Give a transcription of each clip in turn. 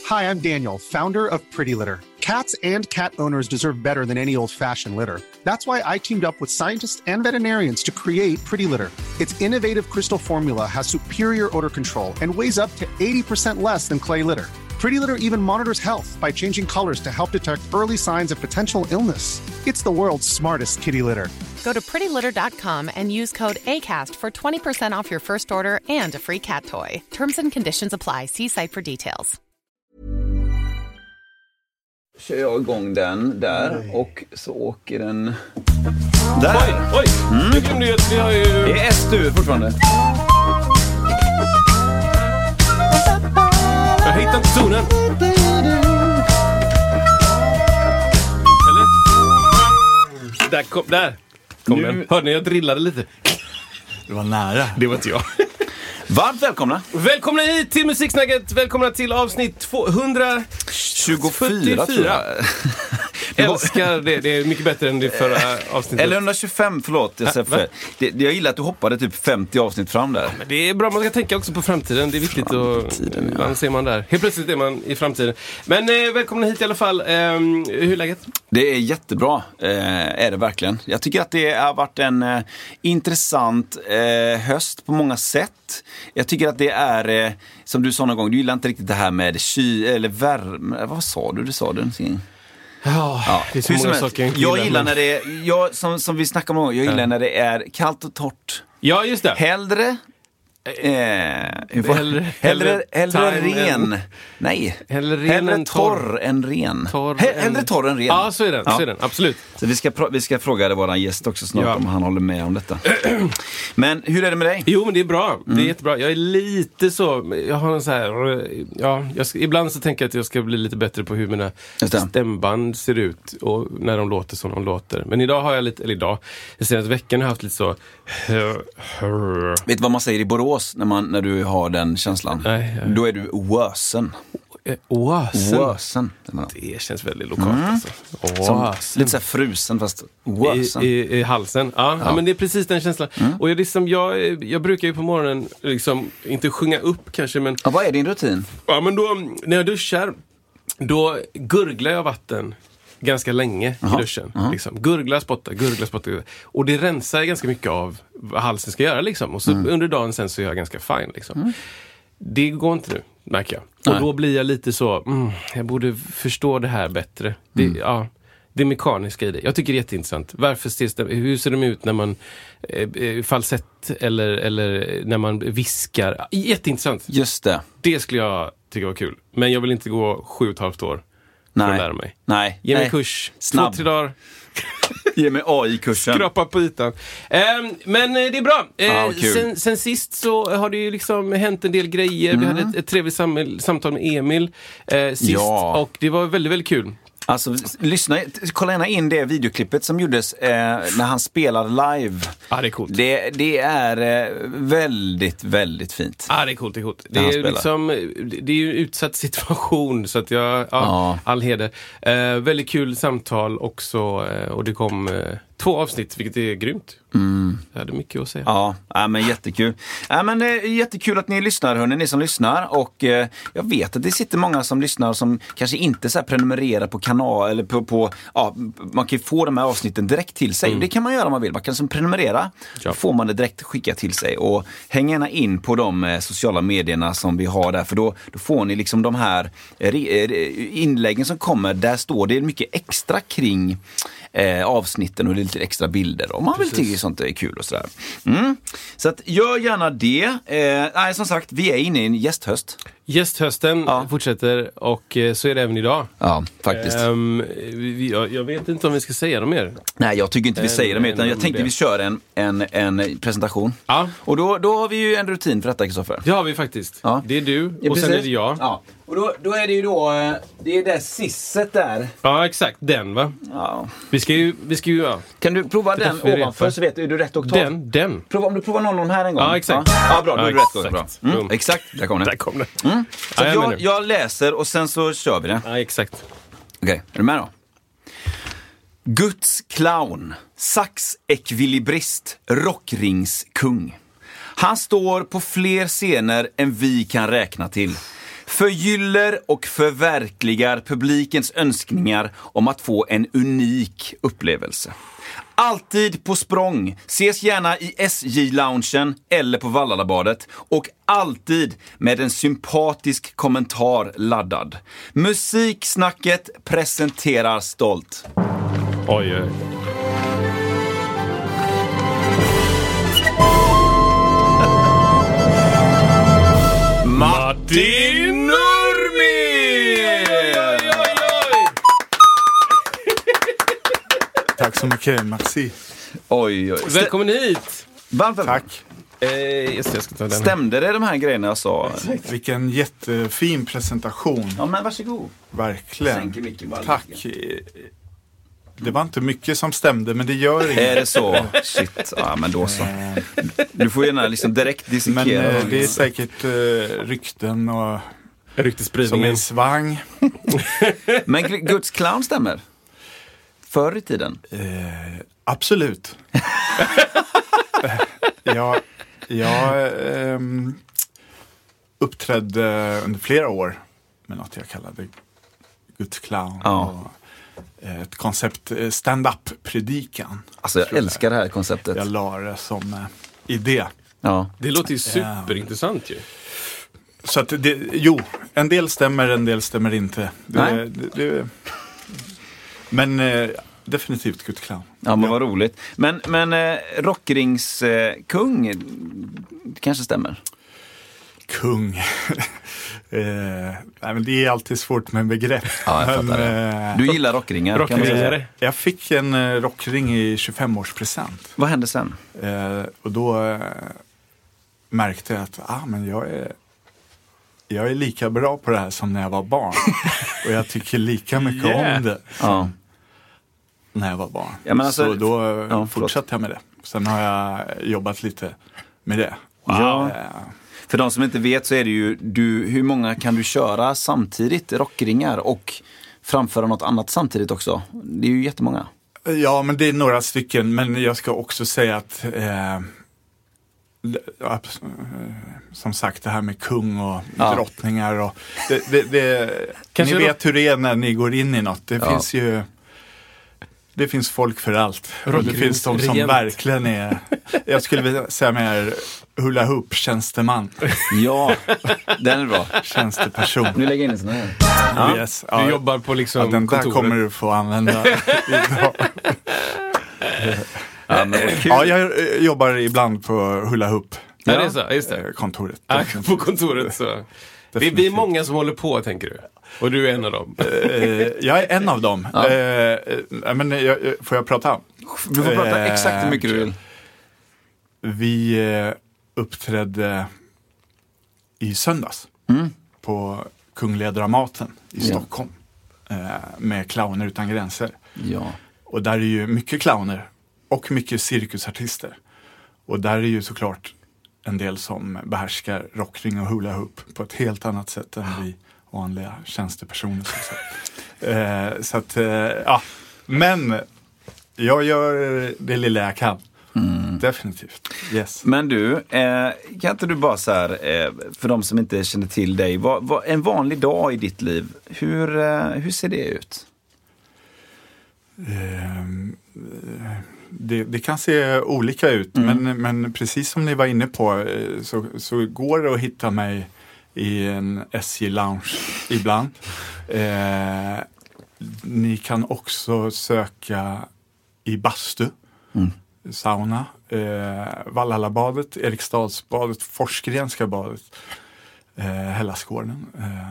Hi, I'm Daniel, founder of Pretty Litter. Cats and cat owners deserve better than any old-fashioned litter. That's why I teamed up with scientists and veterinarians to create Pretty Litter. Its innovative crystal formula has superior odor control and weighs up to 80% less than clay litter. Pretty Litter even monitors health by changing colors to help detect early signs of potential illness. It's the world's smartest kitty litter. Go to prettylitter.com and use code ACAST for 20% off your first order and a free cat toy. Terms and conditions apply. See site for details. Kör jag igång den där och så åker den där. Oj! Jag glömde att vi har ju... Det är SDU fortfarande. Jag hittar inte tonen. Eller? Där kom den. Hörde ni, jag drillade lite. Det var nära. Det var inte jag. Varmt välkomna. Välkomna hit till Musiksnacket. Välkomna till avsnitt 224 tror jag. Älskar det. Det är mycket bättre än det förra avsnittet. Eller 125, förlåt. Jag gillar att du hoppade typ 50 avsnitt fram där. Men det är bra, man ska tänka också på framtiden. Det är viktigt att... Man ser man där. Helt plötsligt är man i framtiden. Men välkomna hit i alla fall. Hur är läget? Det är jättebra, är det verkligen. Jag tycker att det har varit en intressant höst på många sätt. Jag tycker att det är, som du sa någon gång, du gillar inte riktigt det här med eller värme. Vad sa du? Du sa det någonting. Ja, det är så många saker jag gillar när det är, som vi snackar om, jag gillar när det är kallt och torrt. Ja, just det. Hellre ren. Nej. Hellre torr än ren. Hellre torr än ren. Ja, så är den. Så är den. Absolut. Så vi ska fråga våran gäst också snart om han håller med om detta. Men hur är det med dig? Jo, men det är bra. Det är jättebra. Jag är lite så... Jag har en så här... Ja, ibland så tänker jag att jag ska bli lite bättre på hur mina stämband ser ut och när de låter som de låter. Men idag har jag lite... Eller idag. Den senaste veckan har jag haft lite så... Vet du vad man säger i Borås när du har den känslan? Nej. Då är du wösen. Wösen. Det känns väldigt lokalt alltså. Lite så här frusen fast wösen. I halsen. Ja, men det är precis den känslan. Och jag brukar ju på morgonen liksom inte sjunga upp kanske, men... Ja, vad är din rutin? Ja, men då när jag duschar, då gurglar jag vatten ganska länge i duschen. Liksom. Gurgla, spotta. Och det rensar ganska mycket av vad halsen ska göra. Liksom. Och så under dagen sen så är jag ganska fine. Liksom. Det går inte nu, märker jag. Och då blir jag lite så, jag borde förstå det här bättre. Det mekaniska i det. Jag tycker det är jätteintressant. Hur ser de ut när man falsett eller när man viskar? Jätteintressant. Just det. Det skulle jag tycka var kul. Men jag vill inte gå 7,5 år. Nej. Lära mig. Nej. Ge mig kurs. Snabb. 2-3 dagar. Ge mig AI-kursen. Skrapa på ytan. Men det är bra. Sen sist så har det ju liksom hänt en del grejer. Vi hade ett trevligt samtal med Emil sist. Och det var väldigt, väldigt kul. Alltså, kolla gärna in det videoklippet som gjordes när han spelar live. Ja, det är coolt. Det är väldigt, väldigt fint. Ja, det är coolt. Det är liksom, det är ju en utsatt situation, så att all heder. Väldigt kul samtal också, och det kom 2 avsnitt, vilket är grymt. Jag hade mycket att säga. Ja, men jättekul. Ja, men jättekul att ni lyssnar, hörni, ni som lyssnar. Och jag vet att det sitter många som lyssnar som kanske inte så här prenumererar på kanal eller på man kan ju få de här avsnitten direkt till sig. Det kan man göra om man vill. Man kan som prenumerera, får man det direkt skicka till sig. Och häng gärna in på de sociala medierna som vi har där, för då får ni liksom de här inläggen som kommer. Där står det mycket extra kring avsnitten och lite extra bilder om man vill tycka sånt är kul och sådär. Så att gör gärna det. Nej, som sagt, vi är inne i en gästhöst. Gästhösten fortsätter, och så är det även idag. Ja, faktiskt. Jag vet inte om vi ska säga dem mer. Nej, jag tycker inte vi säger dem mer, utan jag tänkte vi kör en presentation. Ja. Och då har vi ju en rutin för detta, Kristoffer. Det har vi faktiskt. Ja. Det är du, och sen är det jag. Ja. Och då är det ju det är det sisset där. Ja, exakt. Den, va? Ja. Vi ska ju Kan du prova den ovanför, så vet du, är du rätt oktav? Den. Om du provar någon här en gång. Ja, exakt. Ja, bra, då är du rätt. Bra. Exakt, där kom den. Så jag läser och sen så kör vi det. Ja, exakt. Okej, är du med då? Guds clown, saxekvilibrist, rockringskung. Han står på fler scener än vi kan räkna till. förgyller och förverkligar publikens önskningar om att få en unik upplevelse. Alltid på språng, ses gärna i SJ-loungen eller på Vallalabadet och alltid med en sympatisk kommentar laddad. Musiksnacket presenterar stolt. Oj, oj. Martin Nurmi! Tack så mycket, merci. Oj. Välkommen hit! Varmt välkommen. Tack. Jag ska ta den. Stämde det de här grejerna jag sa? Vilken jättefin presentation. Ja, men varsågod. Verkligen. Sänker micken bara Tack. lite. Det var inte mycket som stämde, men det gör inget. Är det så? Shit. Ja, men då så. Du får gärna liksom direkt dissekera. Men det är säkert rykten och som Ryktesspridningen. en svang. Men Guds clown stämmer? Förr i tiden? Absolut. Jag uppträdde under flera år med något jag kallade Guds clown. Ja. Och ett koncept, stand-up-predikan. Alltså jag älskar det här konceptet. Jag la det som idé. Ja. Det låter ju superintressant ju. Så att en del stämmer, en del stämmer inte. Men definitivt Guds clown. Ja, men vad roligt. Men rockringskung kanske stämmer? Kung. Nej, men det är alltid svårt med begrepp. Ja, jag fattar det. Du gillar rockringar, kan man säga. Jag fick en rockring i 25-årspresent. Vad hände sen? Och då märkte jag att men jag är lika bra på det här som när jag var barn. Och jag tycker lika mycket om det som när jag var barn. Ja, men alltså, så då fortsatte jag med det. Sen har jag jobbat lite med det. Ja. För de som inte vet så är det ju, hur många kan du köra samtidigt, rockringar, och framföra något annat samtidigt också? Det är ju jättemånga. Ja, men det är några stycken. Men jag ska också säga att som sagt, det här med kung och drottningar och ni vet hur det är när ni går in i något. Det finns folk för allt. Och det finns de som verkligen är, jag skulle vilja säga mer hula hoop tjänsteman. Ja, den är bra. Tjänsteperson. Nu lägger jag in en sån här. Ja. Yes. Du jobbar på liksom den kontoret. där kommer du få använda idag. Jag jobbar ibland på hula hoop. Ja, det är så, just det. Kontoret. På kontoret så. Vi är många som håller på, tänker du. Och du är en av dem. Jag är en av dem. Ja. Men får jag prata? Du får prata exakt hur mycket du vill. Vi uppträdde i söndags på Kungliga Dramaten i Stockholm med Clowner utan gränser. Ja. Och där är ju mycket clowner och mycket cirkusartister. Och där är ju såklart en del som behärskar rockring och hula hoop på ett helt annat sätt än vi vanliga tjänstepersoner. Så att, men jag gör det lilla jag kan. Definitivt. Yes. Men du, kan inte du bara så här, för de som inte känner till dig, en vanlig dag i ditt liv, hur ser det ut? Det kan se olika ut, men precis som ni var inne på så går det att hitta mig i en SJ-lounge ibland. Ni kan också söka i bastu, sauna, Vallalabadet, Eriksdalsbadet, Forsgrenska badet, Hellasgården.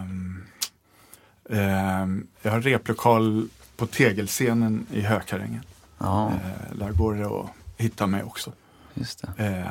Jag har replokal på Tegelscenen i Hökarängen. Ja. Där går det att hitta mig också. Just det.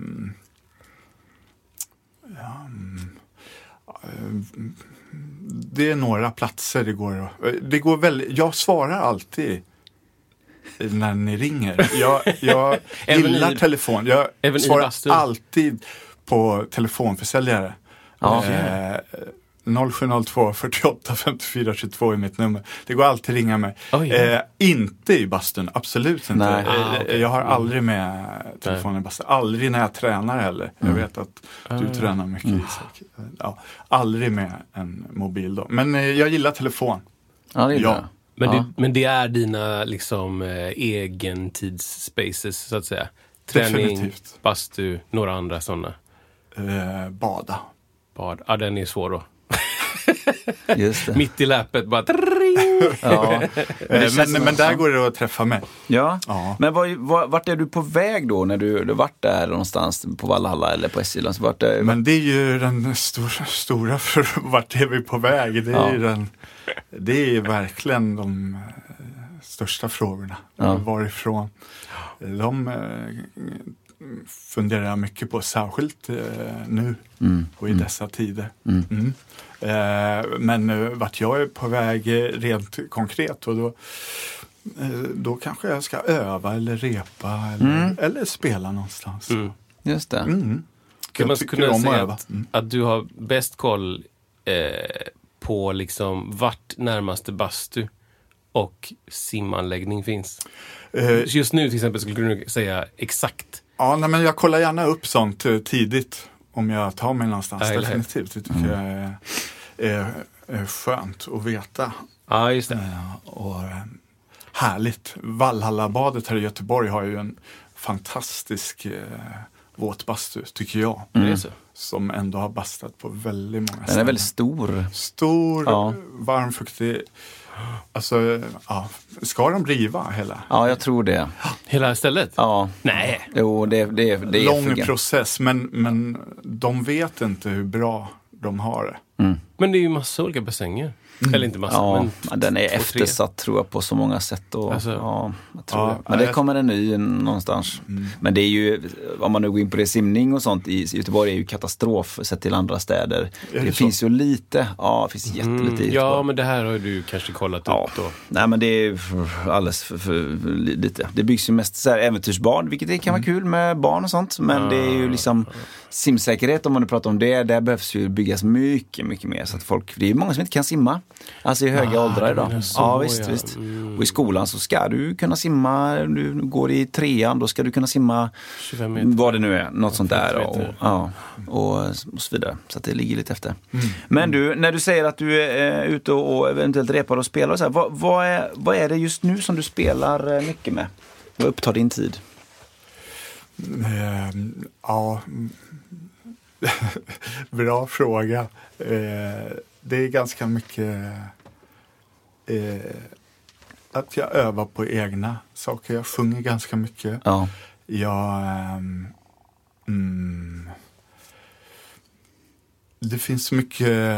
Det är några platser det går väldigt. Jag svarar alltid när ni ringer. Jag gillar telefon. Jag svarar alltid på telefonförsäljare. 0702 48 54 22 är mitt nummer. Det går alltid att ringa mig. Inte i bastun, absolut inte. Jag har aldrig med telefonen i bastun. Aldrig när jag tränar heller. Jag vet att du tränar mycket, Isak. Ja, aldrig med en mobil då. Men jag gillar telefon. Ja, det är Men det är dina liksom egentidsspaces så att säga. Träning, definitivt. bastu, några andra sådana. Bad. Ja, den är svår då. Just det. Mitt i läpet bara... Men där går det att träffa mig. Ja. Men vart är du på väg då när du varit där någonstans på Valhalla eller på Eskilstuna? Men det är ju den stora för vart är vi på väg? Det är verkligen de största frågorna. Varifrån? De funderar jag mycket på, särskilt nu och i dessa tider. Men vart jag är på väg rent konkret, och då kanske jag ska öva eller repa eller spela någonstans. Just det. Kan man kunna säga att du har bäst koll på liksom vart närmaste bastu och simanläggning finns? Just nu till exempel skulle du säga exakt. Ja, men jag kollar gärna upp sånt tidigt om jag tar mig någonstans. Definitivt. Det tycker jag är skönt att veta. Ja, just det. Och härligt. Valhallabadet här i Göteborg har ju en fantastisk våtbastu, tycker jag. Som ändå har bastat på väldigt många ställen. Den är väldigt stor. Varm, fuktig. Alltså, ska de riva hela? Ja, jag tror det. Hela stället? Ja. Nej. Jo, det är lång process, men de vet inte hur bra de har det. Men det är ju massa olika bassänger. Eller inte massa, men den är eftersatt tror jag på så många sätt. Och, alltså. Jag tror det. Men det kommer en ny någonstans. Men det är ju, om man nu går in på det, simning och sånt i Göteborg är ju katastrof sett till andra städer. Det finns ju lite, det finns jättelite. Ja, men det här har du kanske kollat upp då. Nej, men det är alldeles för lite. Det byggs ju mest så här äventyrsbad, vilket det kan vara kul med barn och sånt. Men det är ju liksom simsäkerhet, om man nu pratar om det. Där behövs ju byggas mycket, mycket mer. Så att folk, det är ju många som inte kan simma. Alltså i höga åldrar idag. Visst. Och i skolan så ska du kunna simma. Du går i 3:an, då ska du kunna simma 25 meter. Vad det nu är, något sånt där. Och så vidare. Så att det ligger lite efter. Men du, när du säger att du är ute och eventuellt repar och spelar och så här, vad är det just nu som du spelar mycket med? Vad upptar din tid? Bra fråga. Det är ganska mycket att jag övar på egna saker. Jag sjunger ganska mycket. Det finns mycket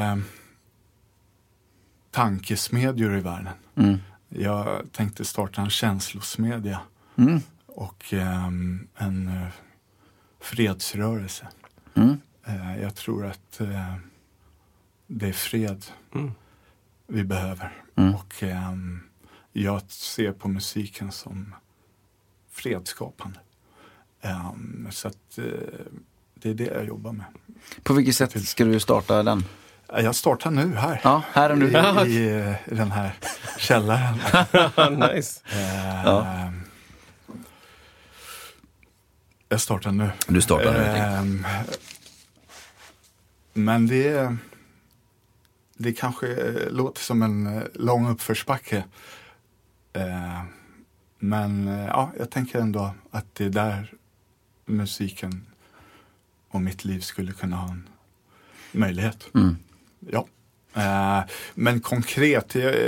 tankesmedjor i världen. Jag tänkte starta en känslosmedja och en fredsrörelse. Jag tror att det är fred vi behöver. Och jag ser på musiken som fredsskapande. Så att det är det jag jobbar med. På vilket sätt ska du starta den? Jag startar nu här. Ja, här och nu. I den här källaren. Nice. Jag startar nu. Du startar nu. Men det kanske låter som en lång uppförsbacke. Men jag tänker ändå att det är där musiken och mitt liv skulle kunna ha en möjlighet. Ja. Men konkret,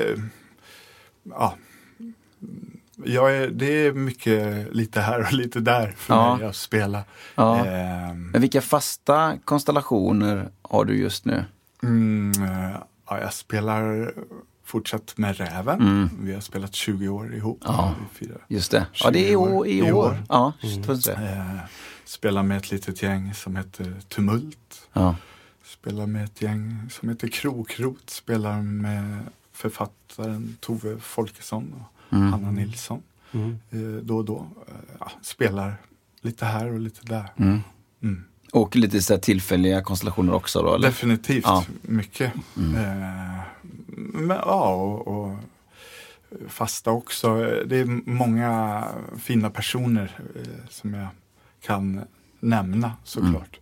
det är mycket lite här och lite där för mig att spela. Men vilka fasta konstellationer har du just nu? Jag spelar fortsatt med Räven. Vi har spelat 20 år ihop. Just det. Ja, det är i år. Ja, spelar med ett litet gäng som heter Tumult. Spelar med ett gäng som heter Krokrot. Spelar med författaren Tove Folkesson och Hanna Nilsson. Då och då. Spelar lite här och lite där. Och lite så här tillfälliga konstellationer också då? Eller? Definitivt, mycket. Men, och fasta också. Det är många fina personer som jag kan nämna såklart.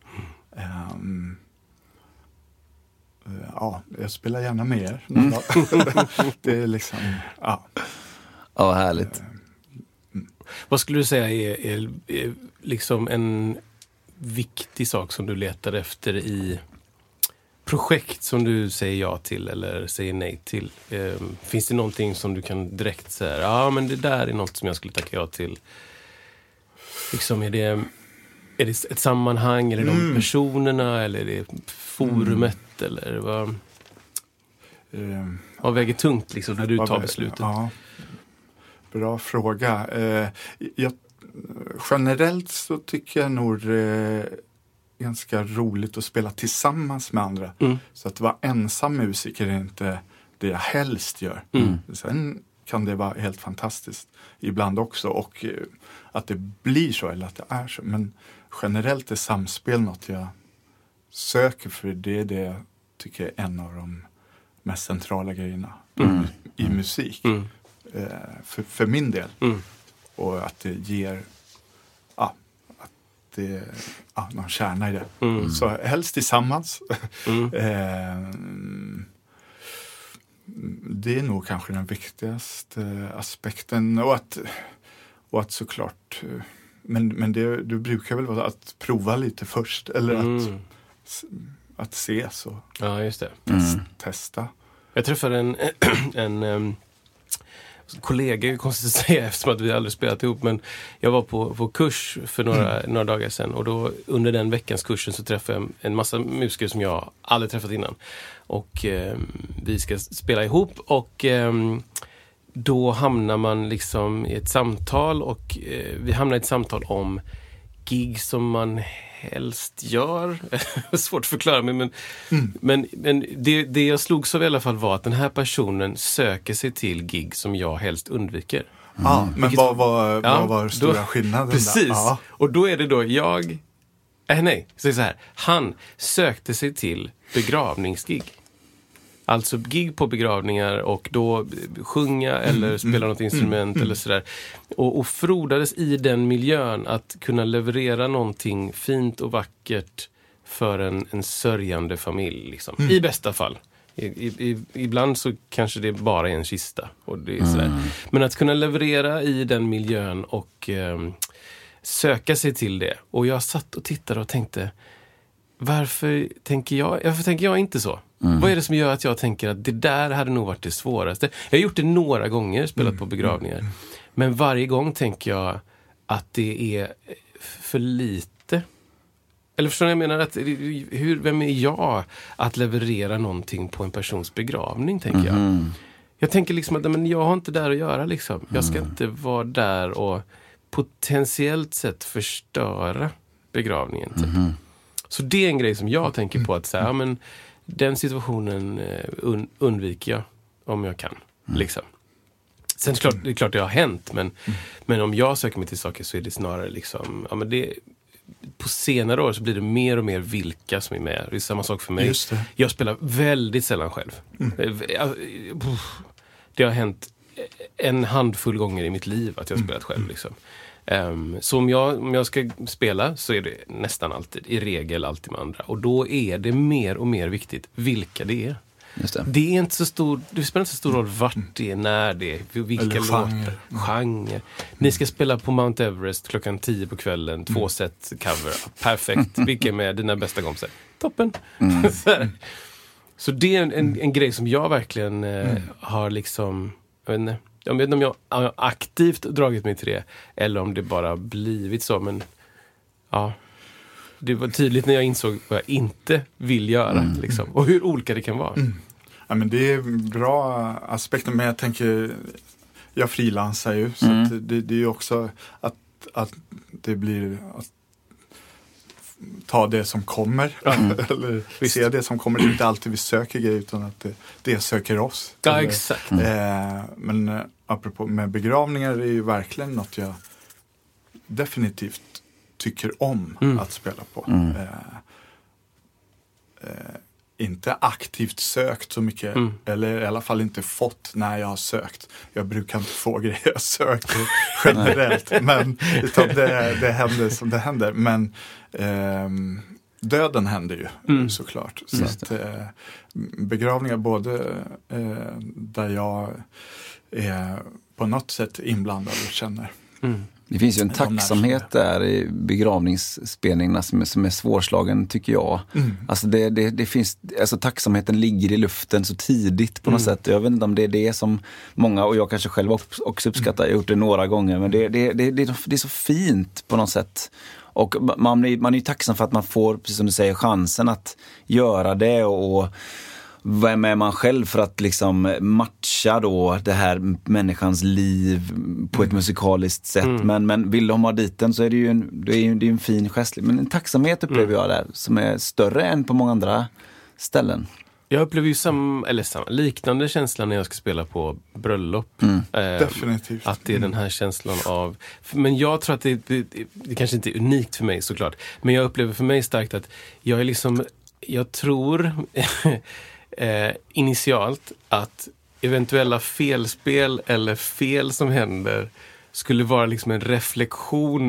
Jag spelar gärna med er. Det är liksom, Ja, härligt. Vad skulle du säga är liksom en viktig sak som du letar efter i projekt som du säger ja till eller säger nej till? Finns det någonting som du kan direkt säga, men det där är något som jag skulle tacka ja till? Liksom, är det ett sammanhang, eller de personerna, eller är det forumet, eller vad väger tungt liksom när du tar beslutet? Ja. Bra fråga. Generellt så tycker jag nog ganska roligt att spela tillsammans med andra. Så att vara ensam musiker är inte det jag helst gör. Sen kan det vara helt fantastiskt ibland också, och att det blir så eller att det är så. Men generellt är samspel något jag söker, för det är det jag tycker är en av de mest centrala grejerna i musik. För min del. Och att det ger någon kärna i det. Så helst tillsammans. Det är nog kanske den viktigaste aspekten. Och att såklart, men det brukar väl vara att prova lite först, eller att se så. Ja, just det. Testa. Jag träffade en kollega, konstigt att säga eftersom att vi aldrig spelat ihop, men jag var på kurs för några dagar sedan, och då under den veckans kursen så träffade jag en massa musiker som jag aldrig träffat innan, och vi ska spela ihop, och då hamnar man liksom i ett samtal, och vi hamnar i ett samtal om gig som man helst gör. Svårt att förklara mig, men det jag slog så i alla fall var att den här personen söker sig till gig som jag helst undviker. Men vad var stora skillnaden? Precis. Och då är det då så här. Han sökte sig till begravningsgig. Alltså gig på begravningar, och då sjunga eller spela något instrument eller sådär. Och frodades i den miljön att kunna leverera någonting fint och vackert för en sörjande familj. Liksom. I bästa fall. Ibland så kanske det bara är en kista. Och det är sådär. Men att kunna leverera i den miljön och söka sig till det. Och jag satt och tittade och tänkte, varför tänker jag inte så? Vad är det som gör att jag tänker att det där hade nog varit det svåraste? Jag har gjort det några gånger, spelat på begravningar. Men varje gång tänker jag att det är för lite. Eller förstår ni, jag menar att vem är jag att leverera någonting på en persons begravning, tänker jag. Jag tänker liksom att men jag har inte där att göra liksom. Jag ska inte vara där och potentiellt sett förstöra begravningen typ. Så det är en grej som jag tänker på, att säga, men den situationen undviker jag om jag kan. Liksom. Sen det är klart det har hänt, men om jag söker mig till saker så är det snarare liksom, men det, på senare år så blir det mer och mer vilka som är med. Det är samma sak för mig. Just det. Jag spelar väldigt sällan själv. Det har hänt en handfull gånger i mitt liv att jag har spelat själv liksom. Så om jag ska spela så är det nästan alltid, i regel alltid med andra. Och då är det mer och mer viktigt vilka det är. Just det. Det är inte så stor, det spelar inte så stor roll vart det är, när det är, vilka låtar, genre. Ni ska spela på Mount Everest klockan 10 på kvällen, 2 set cover. Perfekt. Vilka är med dina bästa kompisar? Toppen. Så det är en grej som jag verkligen har liksom, jag vet inte om jag har aktivt dragit mig till det eller om det bara blivit så, men ja, det var tydligt när jag insåg vad jag inte vill göra liksom, och hur olika det kan vara. Ja, men det är bra aspekter, men jag tänker, jag frilansar ju, så att det är ju också att det blir att ta det som kommer eller se det som kommer. Det är inte alltid vi söker grejer, utan att det söker oss. Ja, exakt. Men apropå med begravningar, är ju verkligen något jag definitivt tycker om att spela på. Inte aktivt sökt så mycket, eller i alla fall inte fått när jag har sökt. Jag brukar inte få grejer jag söker generellt, men utan det händer som det händer. Men döden händer ju såklart. Så att, begravningar både där jag är på något sätt inblandad och känner. Det finns ju en tacksamhet där i begravningsspelningarna som är svårslagen, tycker jag. Alltså det finns, alltså tacksamheten ligger i luften så tidigt på något sätt. Jag vet inte om det är det som många, och jag kanske själv också uppskattar, jag har gjort det några gånger, men det är så fint på något sätt. Och man är ju tacksam för att man får, precis som du säger, chansen att göra det, och vem är man själv för att liksom matcha då det här människans liv på ett musikaliskt sätt. Men vill de ha dit den, så är det ju en fin gest. Men en tacksamhet upplever jag där som är större än på många andra ställen. Jag upplever ju liknande känslan när jag ska spela på bröllop. Definitivt. Att det är den här känslan av... Men jag tror att det kanske inte är unikt för mig såklart. Men jag upplever för mig starkt att jag är liksom... Jag tror initialt att eventuella felspel eller fel som händer skulle vara liksom en reflektion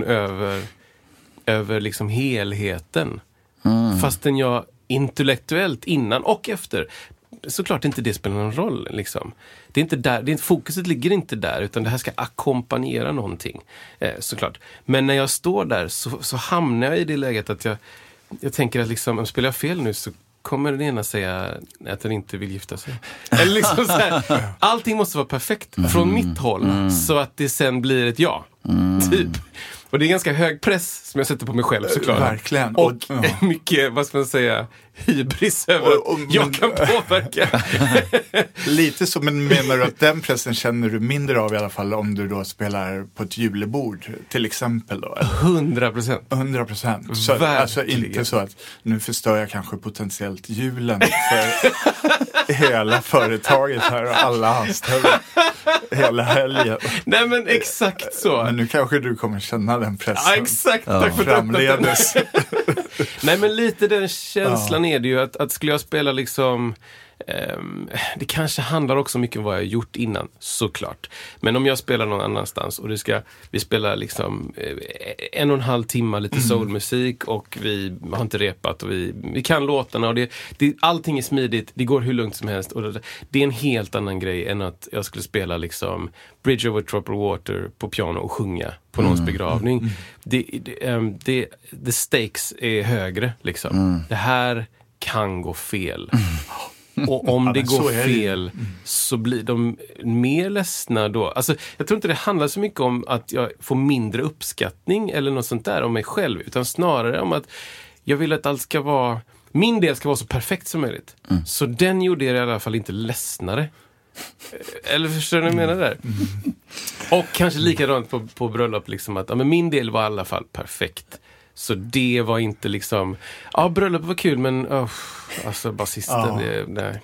över liksom helheten. Fastän jag intellektuellt innan och efter, såklart inte det spelar någon roll liksom. Det är inte där, fokuset ligger inte där, utan det här ska ackompanjera någonting, såklart. Men när jag står där så hamnar jag i det läget att jag tänker att liksom, om spelar jag fel nu så kommer den ena säga att den inte vill gifta sig. Eller liksom så här, allting måste vara perfekt från mitt håll så att det sen blir ett ja. Typ. Och det är ganska hög press som jag sätter på mig själv, såklart. Verkligen. Och mycket, vad ska man säga, hybris över jag kan påverka. Lite så, men menar du att den pressen känner du mindre av i alla fall om du då spelar på ett julebord till exempel då? 100%. 100%. Så alltså inte så att nu förstör jag kanske potentiellt julen för hela företaget här och alla anställda hela helgen. Nej, men exakt så. Men nu kanske du kommer känna den pressen. Ja, exakt. Tack för framledes. Nej, men lite den känslan är det ju att skulle jag spela liksom... det kanske handlar också mycket om vad jag har gjort innan, såklart. Men om jag spelar någon annanstans och vi spelar liksom 1,5 timmar lite soulmusik och vi har inte repat och vi kan låtarna och allting är smidigt, det går hur lugnt som helst, och det är en helt annan grej än att jag skulle spela liksom Bridge over Troubled Water på piano och sjunga på någons begravning. The stakes är högre liksom. Det här kan gå fel. Och om det går fel så blir de mer ledsna då. Alltså, jag tror inte det handlar så mycket om att jag får mindre uppskattning eller något sånt där om mig själv, utan snarare om att jag vill att allt ska vara, min del ska vara så perfekt som möjligt. Så den gjorde jag i alla fall inte ledsnare. Eller förstår du vad jag menar där? Och kanske likadant på bröllop liksom, att men min del var i alla fall perfekt. Så det var inte liksom... Ja, bröllopet var kul, men... alltså, basisten, nej.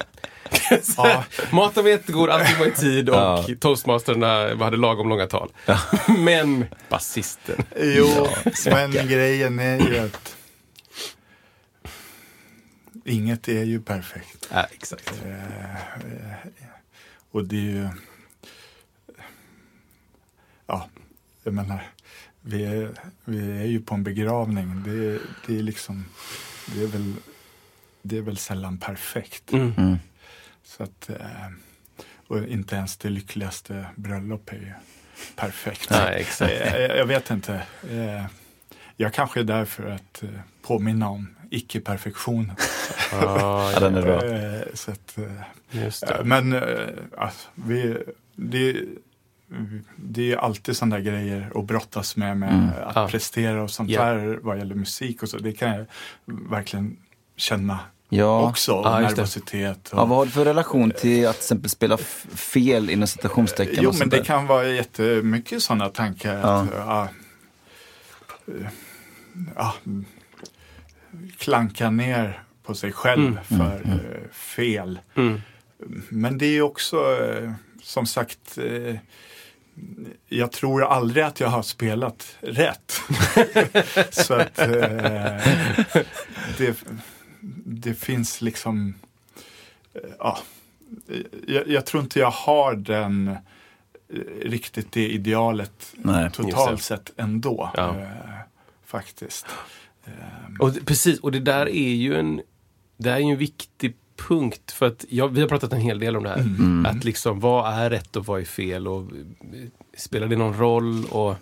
Maten var jättegod, allting var i tid och toastmasterna hade lagom långa tal. Men basisten... Jo, men grejen är ju att... Inget är ju perfekt. Ja, exakt. Och det är ju... Ja, jag menar... Vi är ju på en begravning. Det är liksom... Det är väl sällan perfekt. Så att... Och inte ens det lyckligaste bröllop är ju perfekt. Ja, exakt. Jag vet inte. Jag kanske är där för att påminna om icke-perfektion. Ja, den är bra. Så att, just det. Men alltså, det är alltid sådana där grejer att brottas med att prestera och sånt där vad gäller musik och så. Det kan jag verkligen känna också. Nervositet. Och, vad har du för relation till att till exempel spela fel inom citationstecken? Jo, men det kan vara jättemycket sådana tankar. Att, klanka ner på sig själv för fel. Men det är också, som sagt... Jag tror aldrig att jag har spelat rätt. Så att det finns liksom... Jag tror inte jag har den riktigt det idealet totalt sett ändå. Faktiskt. Och precis, och det där är ju en viktig punkt, för att vi har pratat en hel del om det här. Att liksom, vad är rätt och vad är fel, och spelar det någon roll, och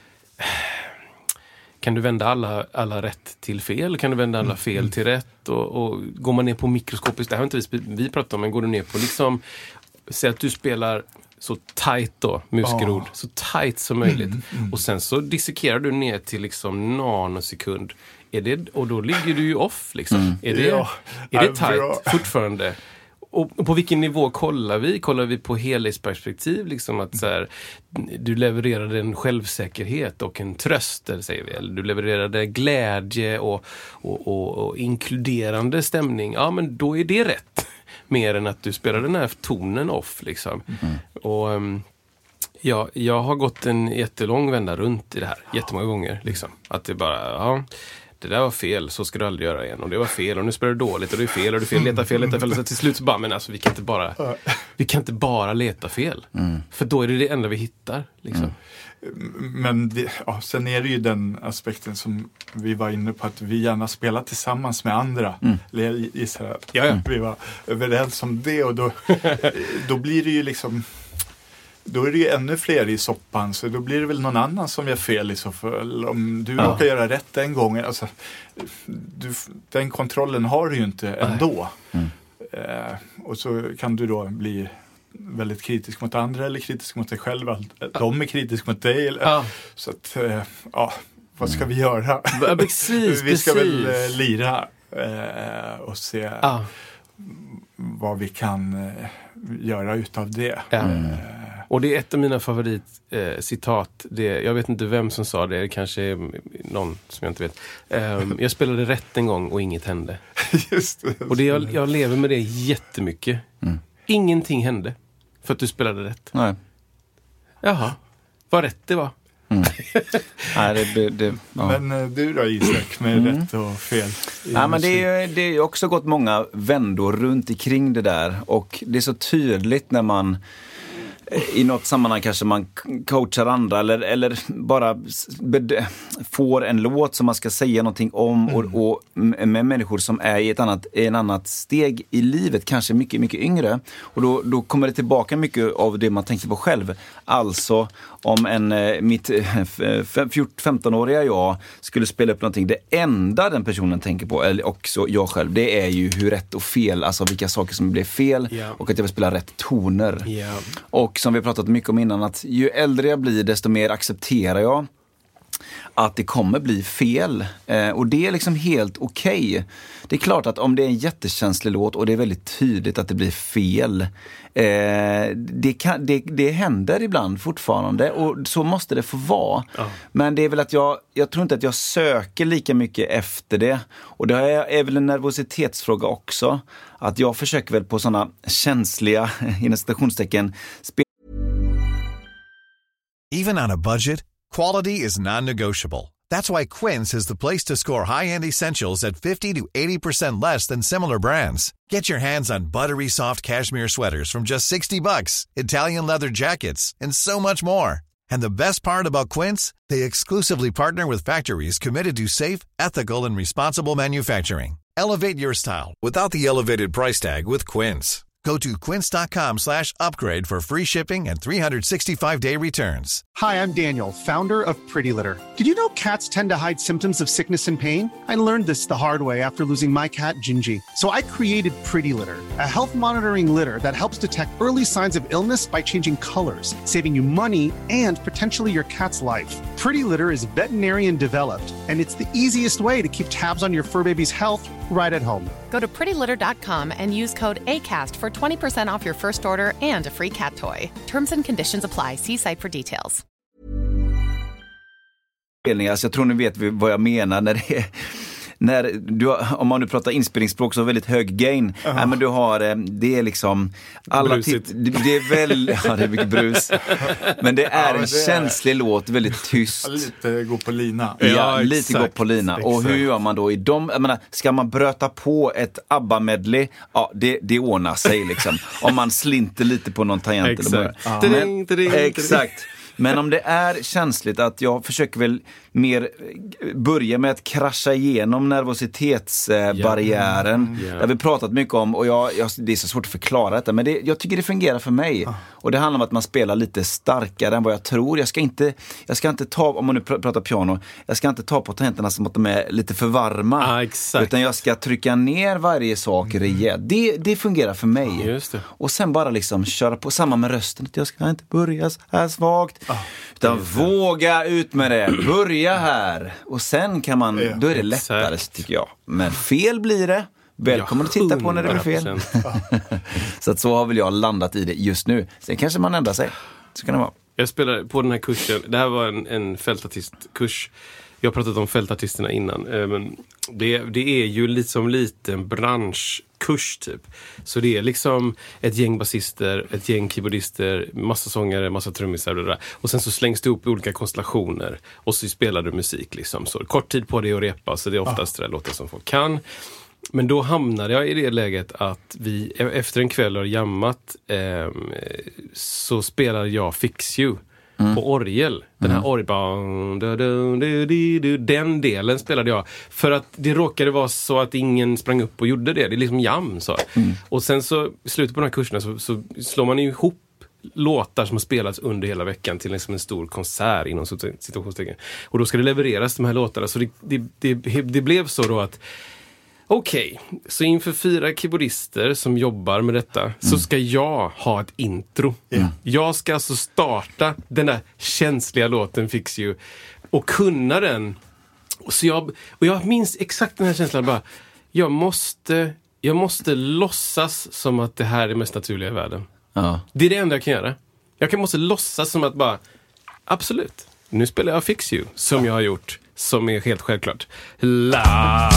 kan du vända alla rätt till fel, kan du vända alla fel till rätt, och går man ner på mikroskopiskt, det här har inte vi pratat om, men går du ner på liksom, säg att du spelar så tight då, musikerord, så tight som möjligt, och sen så dissekerar du ner till liksom nanosekund. Och då ligger du ju off liksom. Är det tight fortfarande? Och på vilken nivå kollar vi? Kollar vi på helhetsperspektiv liksom, att så här, du levererade en självsäkerhet och en tröst, eller säger vi, eller du levererade glädje och inkluderande stämning. Ja, men då är det rätt. Mer än att du spelar den här tonen off liksom. Och jag har gått en jättelång vända runt i det här jättemånga gånger liksom. Att det bara, det där var fel, så ska du aldrig göra igen. Och det var fel, och nu spelar du dåligt, och det är fel, och du fel, leta fel. Så till slut så bara, men alltså vi kan inte bara leta fel. För då är det enda vi hittar liksom. Men sen är det ju den aspekten som vi var inne på, att vi gärna spelar tillsammans med andra. Vi var överens om det, och då blir det ju liksom, då är det ju ännu fler i soppan, så då blir det väl någon annan som gör fel i så fall. Om du råkar göra rätt den gången, alltså, den kontrollen har du ju inte ändå. Och så kan du då bli väldigt kritisk mot andra, eller kritisk mot dig själv. De är kritiska mot dig. Så att, vad ska vi göra? Vi ska väl lira och se vad vi kan göra utav det. Och det är ett av mina favoritcitat. Jag vet inte vem som sa det kanske är någon som jag inte vet. Jag spelade rätt en gång och inget hände. Just det. Och jag lever med det jättemycket. Ingenting hände för att du spelade rätt. Nej. Jaha, vad rätt det var. Nej, Men du då, Isak, med rätt och fel? Men det är också gått många vändor runt omkring det där, och det är så tydligt när man i något sammanhang kanske man coachar andra, eller bara får en låt som man ska säga någonting om, och med människor som är i en annat steg i livet, kanske mycket, mycket yngre, och då kommer det tillbaka mycket av det man tänkte på själv. Alltså om mitt 15-åriga jag skulle spela upp någonting, det enda den personen tänker på, eller också jag själv, det är ju hur rätt och fel, alltså vilka saker som blev fel, och att jag vill spela rätt toner. Och som vi har pratat mycket om innan, att ju äldre jag blir, desto mer accepterar jag att det kommer bli fel. Och det är liksom helt okej. Det är klart att om det är en jättekänslig låt och det är väldigt tydligt att det blir fel, det händer ibland fortfarande, och så måste det få vara. Men det är väl att jag tror inte att jag söker lika mycket efter det, och det är väl en nervositetsfråga också, att jag försöker väl på sådana känsliga, inom citationstecken, Even on a budget, quality is non-negotiable. That's why Quince is the place to score high-end essentials at 50 to 80% less than similar brands. Get your hands on buttery soft cashmere sweaters from just $60, Italian leather jackets, and so much more. And the best part about Quince, they exclusively partner with factories committed to safe, ethical, and responsible manufacturing. Elevate your style without the elevated price tag with Quince. Go to quince.com/upgrade for free shipping and 365-day returns. Hi, I'm Daniel, founder of Pretty Litter. Did you know cats tend to hide symptoms of sickness and pain? I learned this the hard way after losing my cat, Gingy. So I created Pretty Litter, a health monitoring litter that helps detect early signs of illness by changing colors, saving you money and potentially your cat's life. Pretty Litter is veterinarian developed, and it's the easiest way to keep tabs on your fur baby's health right at home. Go to prettylitter.com and use code ACAST for 20% off your first order and a free cat toy. Terms and conditions apply. See site for details. Alltså, jag tror ni vet vad jag menar när det är när du, om man nu pratar inspelningsspråk så väldigt hög gain. Nej, men du har, det är liksom alla det är väl, ja, det är mycket brus. Men det är en känslig låt, väldigt tyst. Lite gå på lina. Ja, lite gå på lina. Och hur gör man då i dem? Jag menar, ska man bröta på ett ABBA-medley? Ja, det ordnar sig liksom. Om man slinter lite på någon tangent. Exakt. Exakt. Men om det är känsligt att jag försöker väl mer börja med att krascha igenom nervositetsbarriären. Det har vi pratat mycket om och det är så svårt att förklara detta. Men jag tycker det fungerar för mig. Och det handlar om att man spelar lite starkare än vad jag tror. Jag ska inte ta, om man nu pratar piano, jag ska inte ta på tangenterna som att de är lite för varma. Utan jag ska trycka ner varje sak rejält. Det fungerar för mig. Just det. Och sen bara liksom köra på samma med rösten. Jag ska inte börja så här svagt. Utan våga ut med det. Börja här. Och sen kan man, då är det lättare tycker jag. Men fel blir det. Välkommen att titta på när det blir fel. Så att så har väl jag landat i det just nu. Sen kanske man ändrar sig. Så kan det vara. Jag spelar på den här kursen. Det här var en fältartistkurs. Jag har pratat om fältartisterna innan. Men det är ju liksom liten branschkurs typ. Så det är liksom ett gäng basister, ett gäng keyboardister, massa sångare, massa trummisar. Och sen så slängs det upp i olika konstellationer. Och så spelar du musik liksom. Så kort tid på det att repa. Så det är oftast det låtar som folk kan. Men då hamnade jag i det läget att vi efter en kväll har jammat så spelar jag Fix You på orgel. Den här den delen spelade jag. För att det råkade vara så att ingen sprang upp och gjorde det. Det är liksom jam så. Och sen så i slutet på den här kursen så slår man ihop låtar som har spelats under hela veckan till liksom en stor konsert inom situationstecken. Och då ska det levereras de här låtarna. Så det blev så då att okej, så inför 4 keyboardister som jobbar med detta så ska jag ha ett intro. Jag ska alltså starta den där känsliga låten Fix You och kunna den. Så jag minns exakt den här känslan bara, jag måste låtsas som att det här är det mest naturliga i världen. Det är det enda jag kan göra. Jag måste låtsas som att bara, absolut, nu spelar jag Fix You som jag har gjort. Som är helt självklart. Yeah!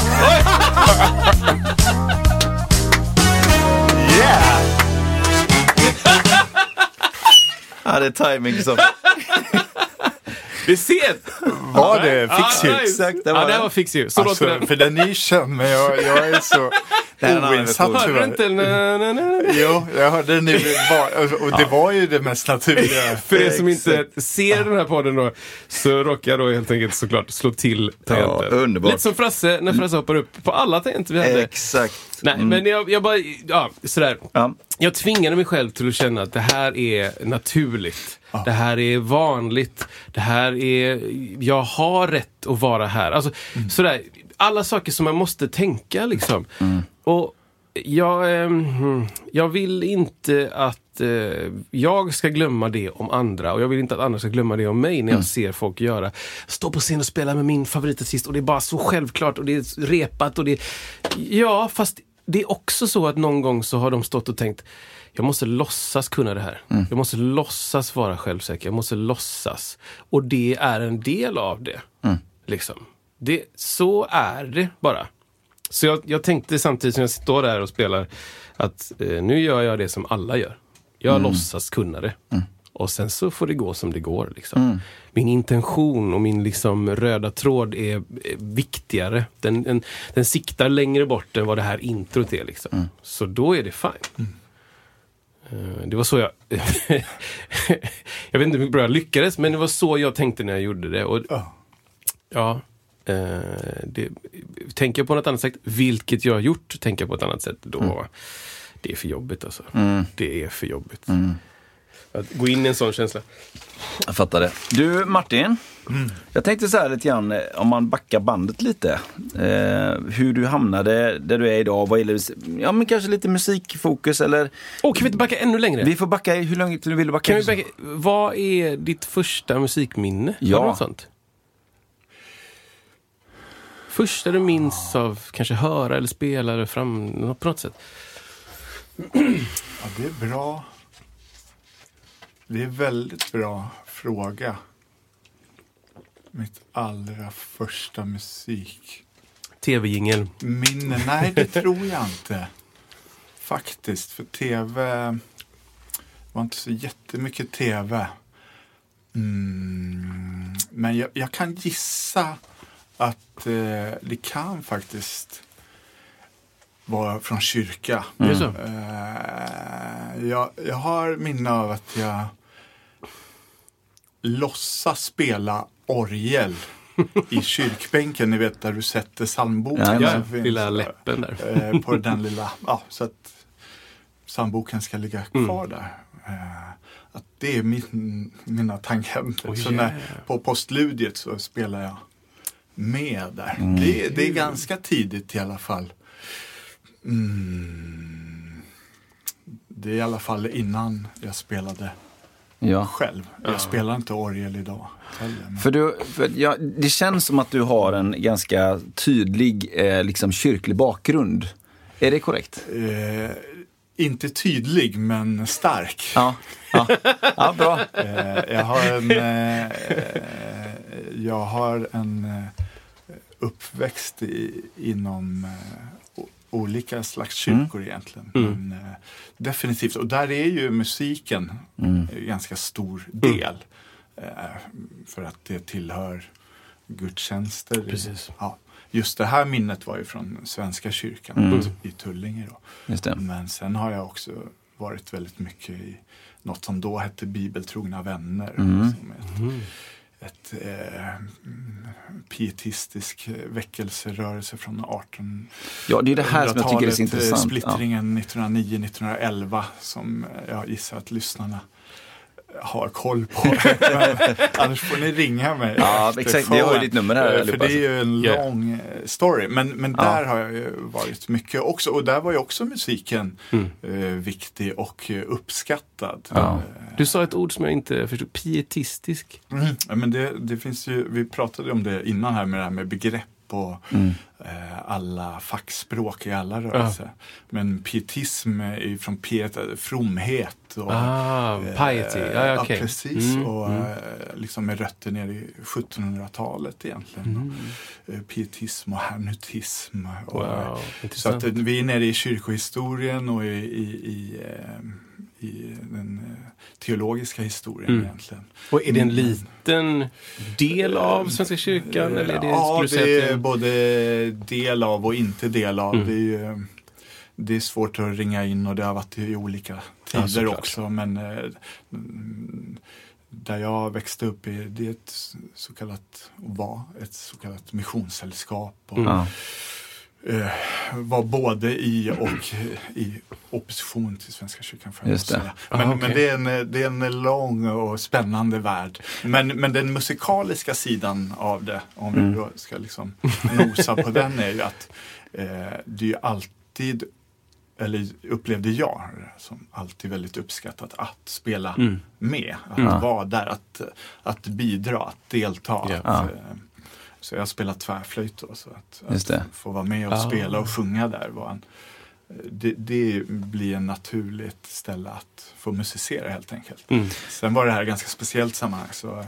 Ja, det är timing så. Vi ser! Var det Fix You? Exakt, det var Fix You. Så alltså, låter det. För den är känd, men jag är så oinsatt tyvärr. Jo, jag hörde den och det var ju det mest naturliga. För er som inte ser den här podden då, så råkar jag då helt enkelt såklart slå till tangenter. Ja, underbart. Lite som Frasse, när Frasse hoppar upp på alla tangenter vi hade. Exakt. Nej, men jag bara, sådär. Jag tvingade mig själv till att känna att det här är naturligt. Det här är vanligt. Det här är, jag har rätt att vara här. Alltså, sådär, alla saker som man måste tänka liksom. Och jag vill inte att jag ska glömma det om andra. Och jag vill inte att andra ska glömma det om mig när jag ser folk göra. Stå på scen och spela med min favoritartist och det är bara så självklart och det är repat och det. Ja, fast det är också så att någon gång så har de stått och tänkt, jag måste låtsas kunna det här. Jag måste låtsas vara självsäker. Jag måste låtsas. Och det är en del av det. Liksom. Så är det bara. Så jag tänkte samtidigt som jag står där och spelar att nu gör jag det som alla gör. Jag låtsas kunna det. Och sen så får det gå som det går. Liksom. Min intention och min liksom röda tråd är viktigare. Den siktar längre bort än vad det här introt är. Liksom. Så då är det fine. Det var så jag jag vet inte hur bra jag lyckades, men det var så jag tänkte när jag gjorde det. Och tänker jag på något annat sätt, vilket jag har gjort, tänker jag på ett annat sätt, då det är för jobbigt alltså. Det är för jobbigt. Att gå in i en sån känsla. Jag fattar det. Du Martin, jag tänkte så här lite grann, om man backar bandet lite, hur du hamnade där du är idag, vad gäller, men kanske lite musikfokus eller... Kan vi inte backa ännu längre? Vi får backa, hur långt vill du backa? Kan vi backa? Vad är ditt första musikminne? Ja. Har du något sånt? Första du minns av kanske höra eller spela eller fram på något sätt? Ja, det är bra. Det är väldigt bra fråga. Mitt allra första musik. tv-jingel? Nej, det tror jag inte. Faktiskt, för tv var inte så jättemycket tv. Men jag kan gissa att det kan faktiskt vara från kyrka. Jag har minne av att jag låtsas spela orgel i kyrkbänken, ni vet där du sätter psalmboken. Ja, lilla läppen där. På den lilla, så att psalmboken ska ligga kvar där. Att det är mina tankar. Så när, på postludiet så spelar jag med där. Det är ganska tidigt i alla fall. Det är i alla fall innan jag spelade själv. Jag spelar inte orgel idag heller. Det känns som att du har en ganska tydlig liksom kyrklig bakgrund. Är det korrekt? Inte tydlig, men stark. Ja, bra. Jag har en uppväxt inom olika slags kyrkor egentligen. Men, definitivt. Och där är ju musiken en ganska stor del. För att det tillhör gudstjänster. Precis. Just det här minnet var ju från Svenska kyrkan i Tullinge då. Just det. Men sen har jag också varit väldigt mycket i något som då hette Bibeltrogna vänner. Som ett pietistisk väckelserörelse från 1800-talet. Ja, det är det här som jag tycker är så intressant. Splittringen 1909-1911 som jag gissar att lyssnarna har koll på. Annars får ni ringa mig. Ja, exakt. Det har ju ditt nummer här. För det är ju en lång story. Men där har jag ju varit mycket också. Och där var ju också musiken viktig och uppskattad. Ja. Du sa ett ord som jag inte förstod. Pietistisk. Ja, men det finns ju, vi pratade om det innan här med det här med begrepp och alla fackspråk i alla rörelser. Men pietism är ju från fromhet och piety. Okay. Precis. Och liksom med rötter ner i 1700-talet egentligen. Pietism och hernutism. Så att vi är nere i kyrkohistorien och i den teologiska historien egentligen. Och är det en liten del av Svenska kyrkan? Eller är det är både del av och inte del av. Det är svårt att ringa in och det har varit i olika tider också. Men där jag växte upp det är ett så kallat missionssällskap. Och var både i och i opposition till Svenska kyrkan. Just det. Men det är en lång och spännande värld. Men den musikaliska sidan av det, om vi då ska liksom nosa på den, är ju att det är ju alltid, eller upplevde jag som alltid väldigt uppskattat att spela med, att vara där, att bidra, att delta. Så jag spelar tvärflöjt då, så att få vara med och spela och sjunga där var det blir en naturligt ställe att få musicera helt enkelt. Sen var det här ganska speciellt sammanhang, så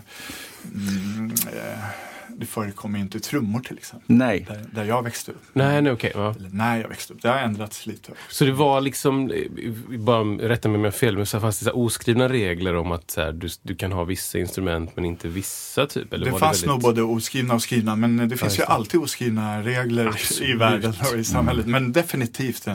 det förekommer ju inte trummor till exempel. Nej. Där jag växte upp. Nej, okej. Eller när jag växte upp. Det har ändrats lite också. Så det var liksom, bara rätta mig om jag har fel, men så fanns det så oskrivna regler om att så här, du kan ha vissa instrument men inte vissa typ? Eller det fanns nog både oskrivna och skrivna, men det finns ju alltid oskrivna regler i världen och i samhället. Men definitivt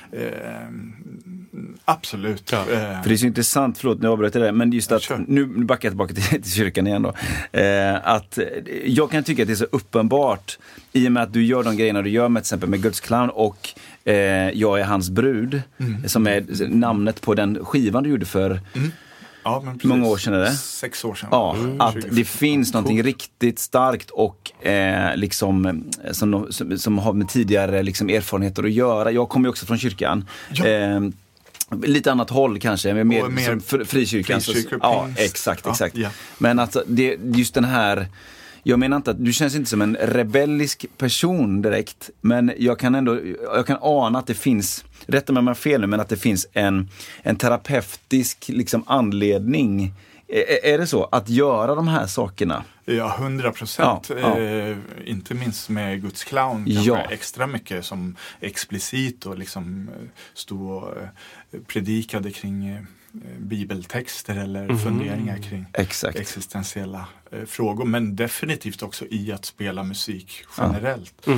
absolut. Ja. För det är så intressant, förlåt nu avbröt jag det, men just att, nu backar jag tillbaka till kyrkan igen då, att jag kan tycka att det är så uppenbart i och med att du gör de grejerna du gör med till exempel med Guds clown och Jag är hans brud, som är namnet på den skivan du gjorde för hur många år sedan är det? 6 år sedan. Ja, att det finns någonting riktigt starkt och liksom som har med tidigare liksom erfarenheter att göra. Jag kommer ju också från kyrkan. Lite annat håll kanske, mer frikyrkan. Ja, exakt. Ja. Men alltså, just den här, jag menar inte att du känns inte som en rebellisk person direkt, men jag kan ana att det finns, rätta mig om jag har fel nu, men att det finns en terapeutisk liksom anledning Är det så att göra de här sakerna? Ja, 100%. Inte minst med Guds clown kanske extra mycket som explicit och liksom stod och predikade kring bibeltexter eller funderingar kring existentiella frågor, men definitivt också i att spela musik generellt.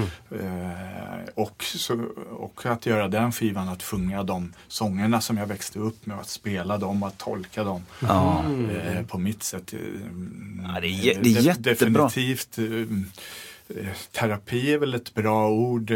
Och att göra den skivan, att sjunga de sångerna som jag växte upp med, att spela dem, att tolka dem på mitt sätt. Det är jättebra. Definitivt. Terapi är väl ett bra ord.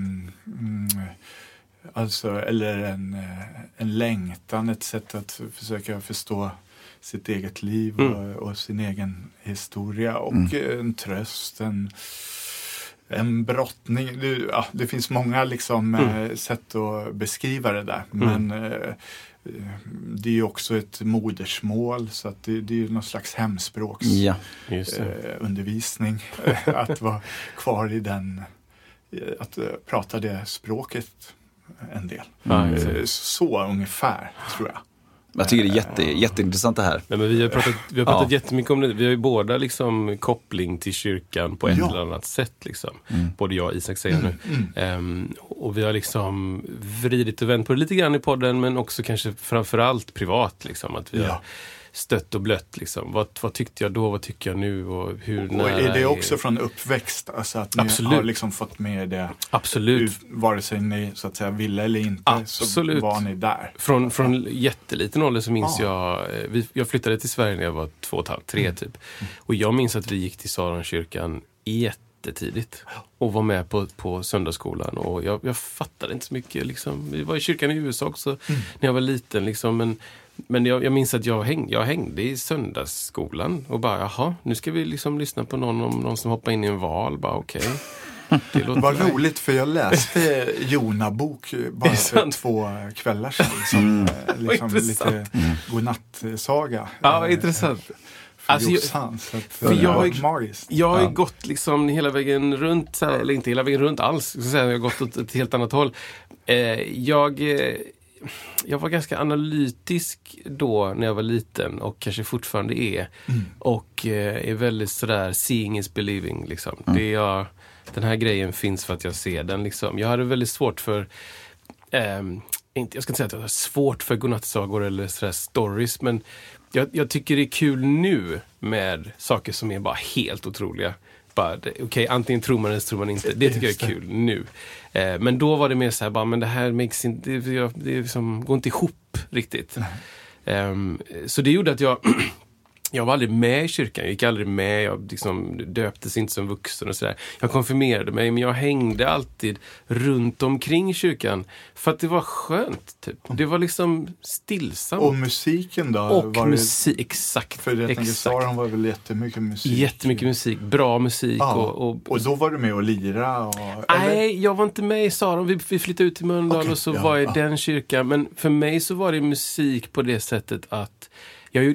Alltså, eller en längtan, ett sätt att försöka förstå sitt eget liv och sin egen historia, och en tröst, en brottning. Det finns många liksom sätt att beskriva det där, men det är ju också ett modersmål, så att det är ju någon slags hemspråks undervisning att vara kvar i den, att prata det språket en del. Så ungefär, tror jag. Jag tycker det är jätteintressant det här. Nej, men vi har pratat jättemycket om det. Vi har ju båda liksom koppling till kyrkan på ett eller annat sätt. Liksom. Både jag och Isak säger nu. Och vi har liksom vridit och vänt på det lite grann i podden, men också kanske framförallt privat. Liksom, att vi har stött och blött. Liksom. Vad tyckte jag då, vad tycker jag nu och hur nära... Och är det också från uppväxt? Alltså att ni har liksom fått med det? Absolut. Vare sig ni så att säga ville eller inte, så var ni där. Från jätteliten ålder så minns jag flyttade till Sverige när jag var 2,5-3 typ. Och jag minns att vi gick till Saronkyrkan jättetidigt och var med på söndagsskolan, och jag fattade inte så mycket liksom. Vi var i kyrkan i USA också när jag var liten liksom, men jag minns att jag hängde i söndagsskolan och bara, jaha, nu ska vi liksom lyssna på någon som hoppar in i en val, bara okej. Det var roligt, för jag läste Jona-bok bara för 2 kvällar sedan som liksom lite godnattsaga. Ja, intressant. Alltså, jag har ju gått liksom hela vägen runt, så här, eller inte hela vägen runt alls, så jag har gått åt ett helt annat håll. Jag var ganska analytisk då när jag var liten, och kanske fortfarande är. Och är väldigt sådär seeing is believing liksom. Den här grejen finns för att jag ser den liksom. Jag hade väldigt svårt för jag ska inte säga att jag har svårt för godnattsagor eller sådär stories, men jag tycker det är kul nu med saker som är bara helt otroliga. Okej, antingen tror man eller tror man inte. Det tycker jag är kul nu. Men då var det mer så här, bara, men det här makes inte, det liksom, går inte ihop riktigt. Så det gjorde att jag var aldrig med i kyrkan. Jag gick aldrig med. Jag liksom döptes inte som vuxen och sådär. Jag konfirmerade mig, men jag hängde alltid runt omkring kyrkan. För att det var skönt, typ. Det var liksom stillsamt. Och musiken då? Och musik, exakt. För jag tänker, Saron var väl jättemycket musik. Jättemycket musik, bra musik. Och då var du med och lira? Nej, jag var inte med i Saron. Vi flyttade ut till Mölndal och så var jag i den kyrkan. Men för mig så var det musik på det sättet att jag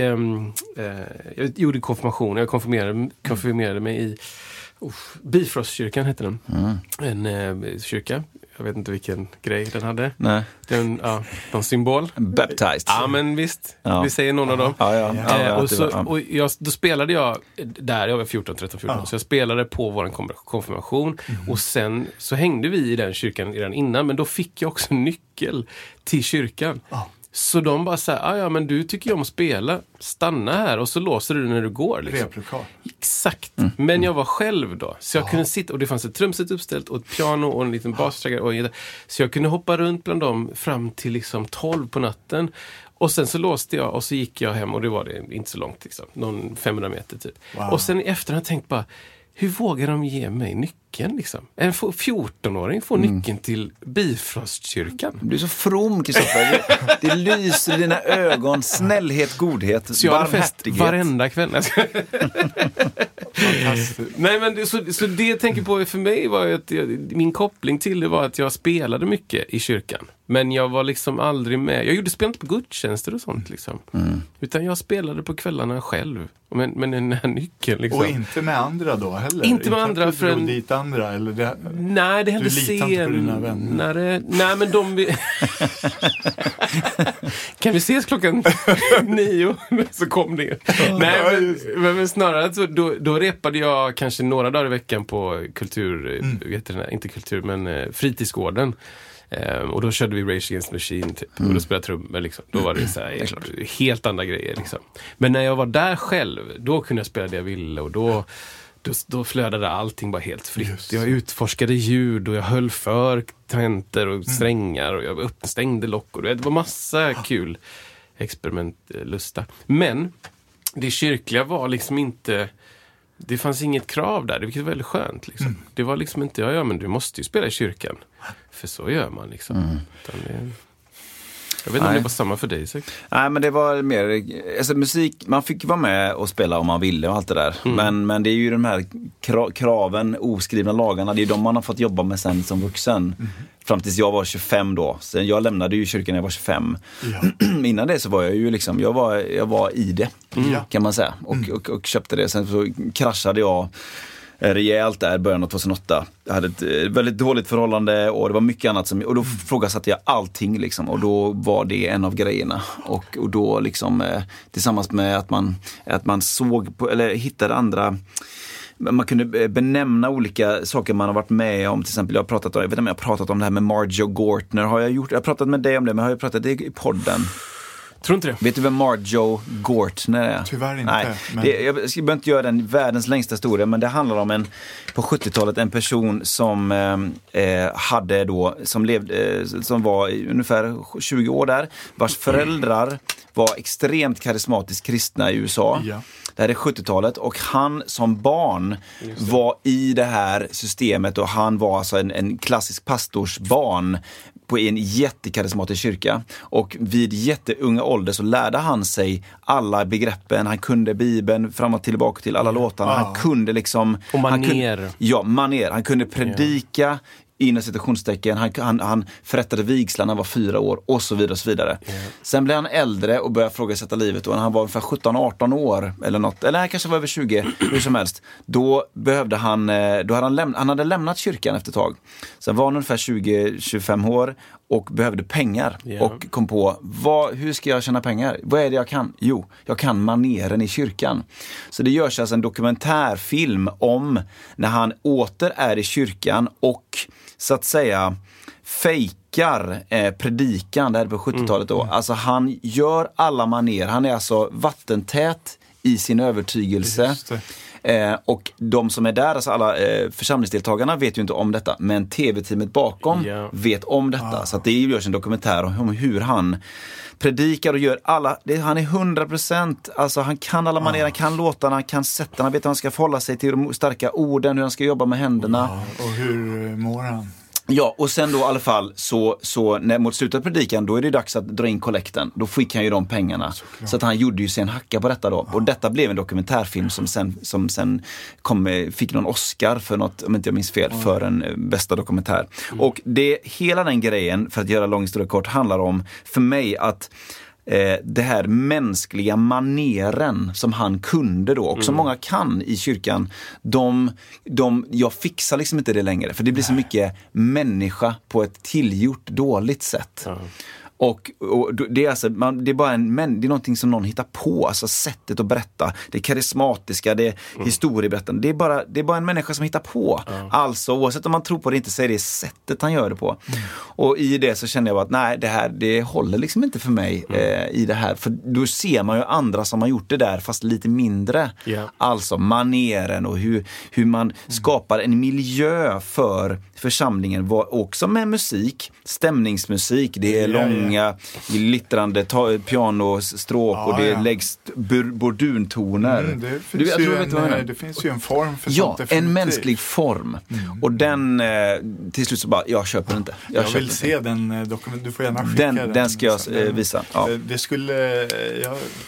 gjorde konfirmation. Jag konfirmerade mig i Bifrostkyrkan hette den. En kyrka. Jag vet inte vilken grej den hade. Nej. Någon symbol. Baptized. Ja, men visst. Vi säger någon av dem. Då spelade jag där. Jag var 13-14. Så jag spelade på vår konfirmation. Och sen så hängde vi i den kyrkan redan innan. Men då fick jag också nyckel till kyrkan. Så de bara säger, men du tycker ju om att spela, stanna här och så låser du när du går. Liksom. Replokal. Exakt. Men jag var själv då. Så jag kunde sitta, och det fanns ett trumset uppställt och ett piano och en liten bassträckare. Så jag kunde hoppa runt bland dem fram till liksom 12 på natten. Och sen så låste jag och så gick jag hem, och det var det inte så långt liksom. Någon 500 meter typ. Wow. Och sen efter har jag tänkt bara, hur vågar de ge mig nyckeln liksom? En 14-åring får nyckeln till Bifrostkyrkan. Du är så from, Kristoffer. Det lyser i dina ögon. Snällhet, godhet, så jag hade fest varenda kväll. Nej, men så det jag tänker på för mig var att min koppling till det var att jag spelade mycket i kyrkan. Men jag var liksom aldrig med. Jag spelade inte på gudstjänster och sånt liksom. Utan jag spelade på kvällarna själv. Men den här nyckeln liksom. Och inte med andra då heller? Inte med andra för dit andra? Eller det... Nej, det hände sen. Du litar inte på dina vänner? Nej, men kan vi ses 9 så kom det. Nej, men snarare så då repade jag kanske några dagar i veckan på fritidsgården. Och då körde vi Rage Against the Machine typ. Och då spelade trummor liksom. Då var det så här, helt andra grejer liksom. Men när jag var där själv, då kunde jag spela det jag ville. Och då flödade allting bara helt fritt. Jag utforskade ljud och jag höll för tangenter och strängar. Och jag stängde lock. Och det var massa kul experimentlusta. Men det kyrkliga var liksom inte... Det fanns inget krav där, vilket var väldigt skönt liksom. Det var liksom inte, men du måste ju spela i kyrkan. För så gör man liksom. Jag vet inte om det var samma för dig säkert. Nej, men det var mer alltså, musik, man fick vara med och spela om man ville och allt det där. Men det är ju de här kraven, oskrivna lagarna, det är de man har fått jobba med sen som vuxen. Fram tills jag var 25 då. Sen jag lämnade ju kyrkan när jag var 25. Innan det så var jag ju liksom, jag var i det kan man säga. Och köpte det. Sen så kraschade jag rejält där i början av 2008. Jag hade ett väldigt dåligt förhållande och det var mycket annat och då frågasatte jag allting liksom, och då var det en av grejerna och då liksom tillsammans med att man såg på, eller hittade andra, man kunde benämna olika saker man har varit med om. Till exempel jag har pratat om det här med Marjoe Gortner. Jag har pratat med dig om det, men har jag pratat det i podden? Tror inte det. Vet du vem Marjoe Gortner är? Tyvärr inte. Nej, men... jag behöver inte göra den världens längsta historia, men det handlar om på 70-talet en person som hade då, som var ungefär 20 år där, vars föräldrar var extremt karismatiskt kristna i USA. Ja. Det här är 70-talet och han som barn var i det här systemet och han var alltså en klassisk pastorsbarn på en jättekarismatisk kyrka och vid jätteunga ålder så lärde han sig alla begreppen, han kunde Bibeln fram och tillbaka till alla låtarna, han kunde liksom... Och maner. Maner, han kunde predika inom citationstecken, han förrättade vigslar när han var 4 år och så vidare och så vidare. Sen blev han äldre och började ifrågasätta livet och när han var ungefär 17-18 år eller något, eller han kanske var över 20, hur som helst, då behövde han hade lämnat kyrkan efter ett tag. Sen var han ungefär 20-25 år och behövde pengar och kom på, hur ska jag tjäna pengar? Vad är det jag kan? Jo, jag kan maneren i kyrkan. Så det görs alltså en dokumentärfilm om när han åter är i kyrkan och så att säga fejkar predikan där på 70-talet då. Alltså han gör alla maner. Han är alltså vattentät i sin övertygelse. Och de som är där, alltså alla församlingsdeltagarna vet ju inte om detta, men tv-teamet bakom vet om detta. Så att det görs en dokumentär om hur han predikar och gör han är 100%, alltså han kan alla manér, han kan låtarna, han kan sätta, han vet hur han ska förhålla sig till de starka orden, hur han ska jobba med händerna. Och hur mår han? Ja, och sen då i alla fall så när mot slutet av predikan då är det dags att dra in kollekten. Då fick han ju de pengarna. Så att han gjorde ju sen hacka på detta då. Och detta blev en dokumentärfilm som sen fick någon Oscar för något, om inte jag minns fel, för en bästa dokumentär. Och hela den grejen, för att göra lång historia kort, handlar om för mig att det här mänskliga maneren som han kunde då och som många kan i kyrkan, jag fixar liksom inte det längre för det blir så mycket människa på ett tillgjort dåligt sätt. Och det är alltså, det är bara det är någonting som någon hittar på, alltså sättet att berätta, det karismatiska, det historieberättande, det är bara en människa som hittar på. Alltså oavsett om man tror på det inte så är det sättet han gör det på. Och i det så känner jag att nej, det håller liksom inte för mig i det här, för då ser man ju andra som har gjort det där fast lite mindre. Alltså maneren och hur man skapar en miljö för församlingen, också med musik, stämningsmusik, det är långa glittrande pianostråk och det läggs borduntoner. Det finns ju en form för sånt. Ja, en mänsklig form. Och den till slut så bara, jag köper inte. Jag vill se den dokumentet. Du får gärna skicka den. Den ska jag visa. Ja. Det skulle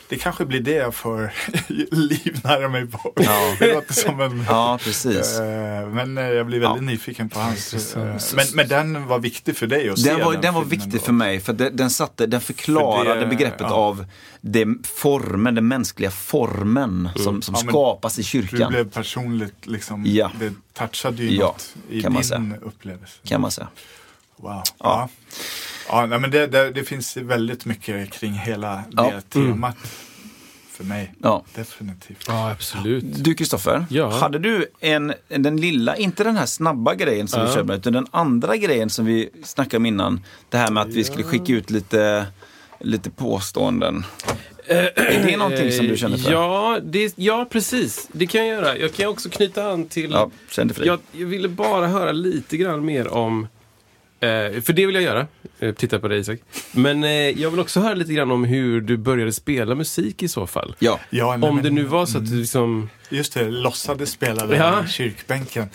det kanske blir det jag får livnära mig på. Ja. Det låter som en... Ja, precis. Men jag blir väldigt nyfiken på hans... Men den var viktig för dig att se. Den var viktig för mig, för den förklarade begreppet av den mänskliga formen som skapas i kyrkan. Du blev personligt liksom, det touchade ju något i din upplevelse. Kan man säga. Wow. Ja, nej, men det finns väldigt mycket kring hela det temat för mig. Ja. Definitivt. Ja, absolut. Du, Kristoffer, hade du den lilla, inte den här snabba grejen som vi körde med, utan den andra grejen som vi snackade om innan, det här med att vi skulle skicka ut lite påståenden. Är det någonting som du känner för? Ja, precis. Det kan jag göra. Jag kan också knyta an till... Ja, känn dig fri. Jag ville bara höra lite grann mer om... för det vill jag göra. Titta på dig, Isak. Men jag vill också höra lite grann om hur du började spela musik i så fall. Ja. Om det nu var så att du liksom... Just det, låtsades spela där i kyrkbänken.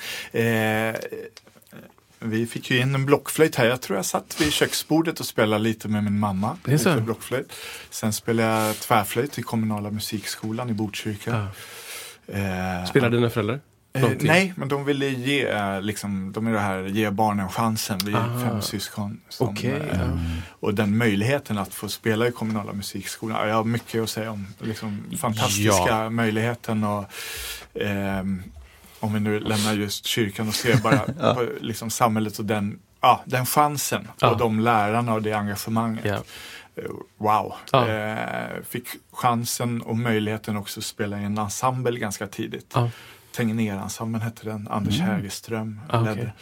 Vi fick ju in en blockflöjt här. Jag tror jag satt vid köksbordet och spelade lite med min mamma. Lite blockflöjt. Sen spelade jag tvärflöjt i kommunala musikskolan i Botkyrka. Spelade dina föräldrar? Nej, men de ville ge de är det här, ge barnen chansen. Vi är 5 syskon som, och den möjligheten att få spela i kommunala musikskolan. Jag har mycket att säga om fantastiska möjligheten och om vi nu lämnar just kyrkan och ser bara på, samhället och den chansen och de lärarna och det engagemanget. Wow. Fick chansen och möjligheten också att spela i en ensemble ganska tidigt. Tegnér-ensemblen hette den. Anders Hägerström ledde.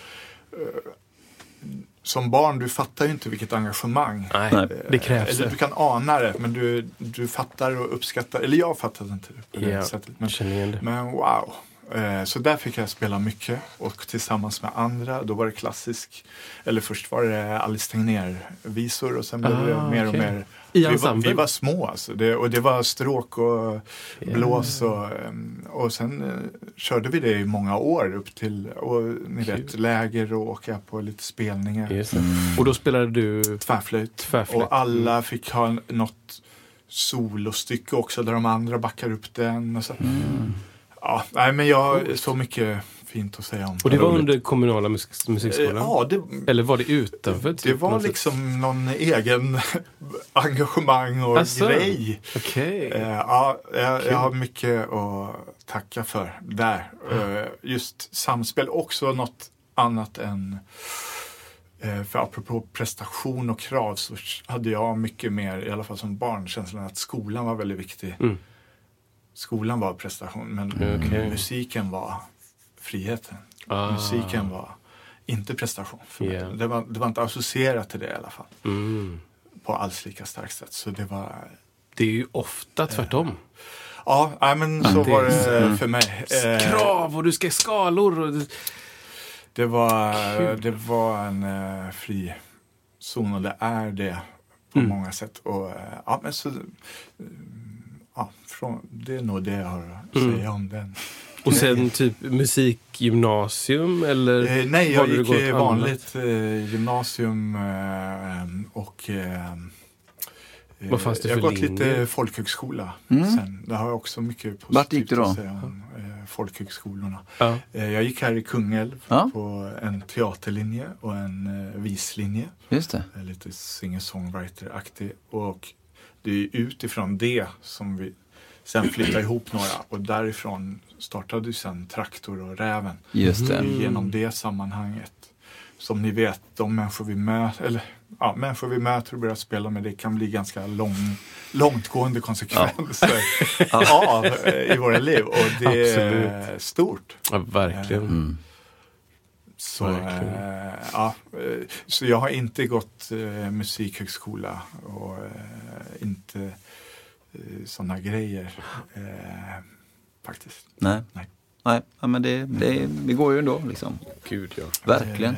Som barn, du fattar ju inte vilket engagemang. Nej, det krävs. Eller du kan ana det, men du fattar och uppskattar. Eller jag fattade inte det på det sättet. Men wow. Så där fick jag spela mycket. Och tillsammans med andra, då var det klassisk. Eller först var det Alice Tegnér-visor och sen blev det mer och mer. Vi var små alltså. Det var stråk och blås och sen körde vi det i många år upp till läger och åka på lite spelningar. Och då spelade du tvärflöjt. Och alla fick ha något solostycke också där de andra backar upp den och så. Ja, nej, men jag har så mycket fint att säga om. Och det var under kommunala musikskolan? Ja, eller var det utanför? Det var liksom någon egen engagemang och grej. Okej. Jag har mycket att tacka för där. Just samspel, också något annat än... För apropå prestation och krav så hade jag mycket mer, i alla fall som barn, känslan att skolan var väldigt viktig. Skolan var prestation, men musiken var friheten. Musiken var inte prestation för mig. Det var inte associerat till det i alla fall. På alls lika starkt sätt. Så det är ju ofta tvärtom. Men så var det för mig. Krav och du ska skalor. Och... Det var en fri zon och det är det på många sätt. Och men så... det är nog det jag har att säga om den. Och sen typ musikgymnasium eller? Nej, jag gick i vanligt gymnasium och vad fanns det för jag har gått linje? lite folkhögskola sen. Det har jag också mycket positivt att säga om folkhögskolorna. Jag gick här i Kungälv på en teaterlinje och en vislinje. Just det. Lite singer-songwriter-aktig, och det är utifrån det som vi sen flyttade ihop några, och därifrån startade ju sen Traktor och Räven. Just det. Genom det sammanhanget. Som ni vet, de människor vi möter och börjar spela med, det kan bli ganska långtgående konsekvenser i våra liv, och det är stort. Ja, verkligen. Så jag har inte gått musikhögskola och inte sådana grejer faktiskt. Nej, men det går ju ändå liksom. Gud, ja. Verkligen.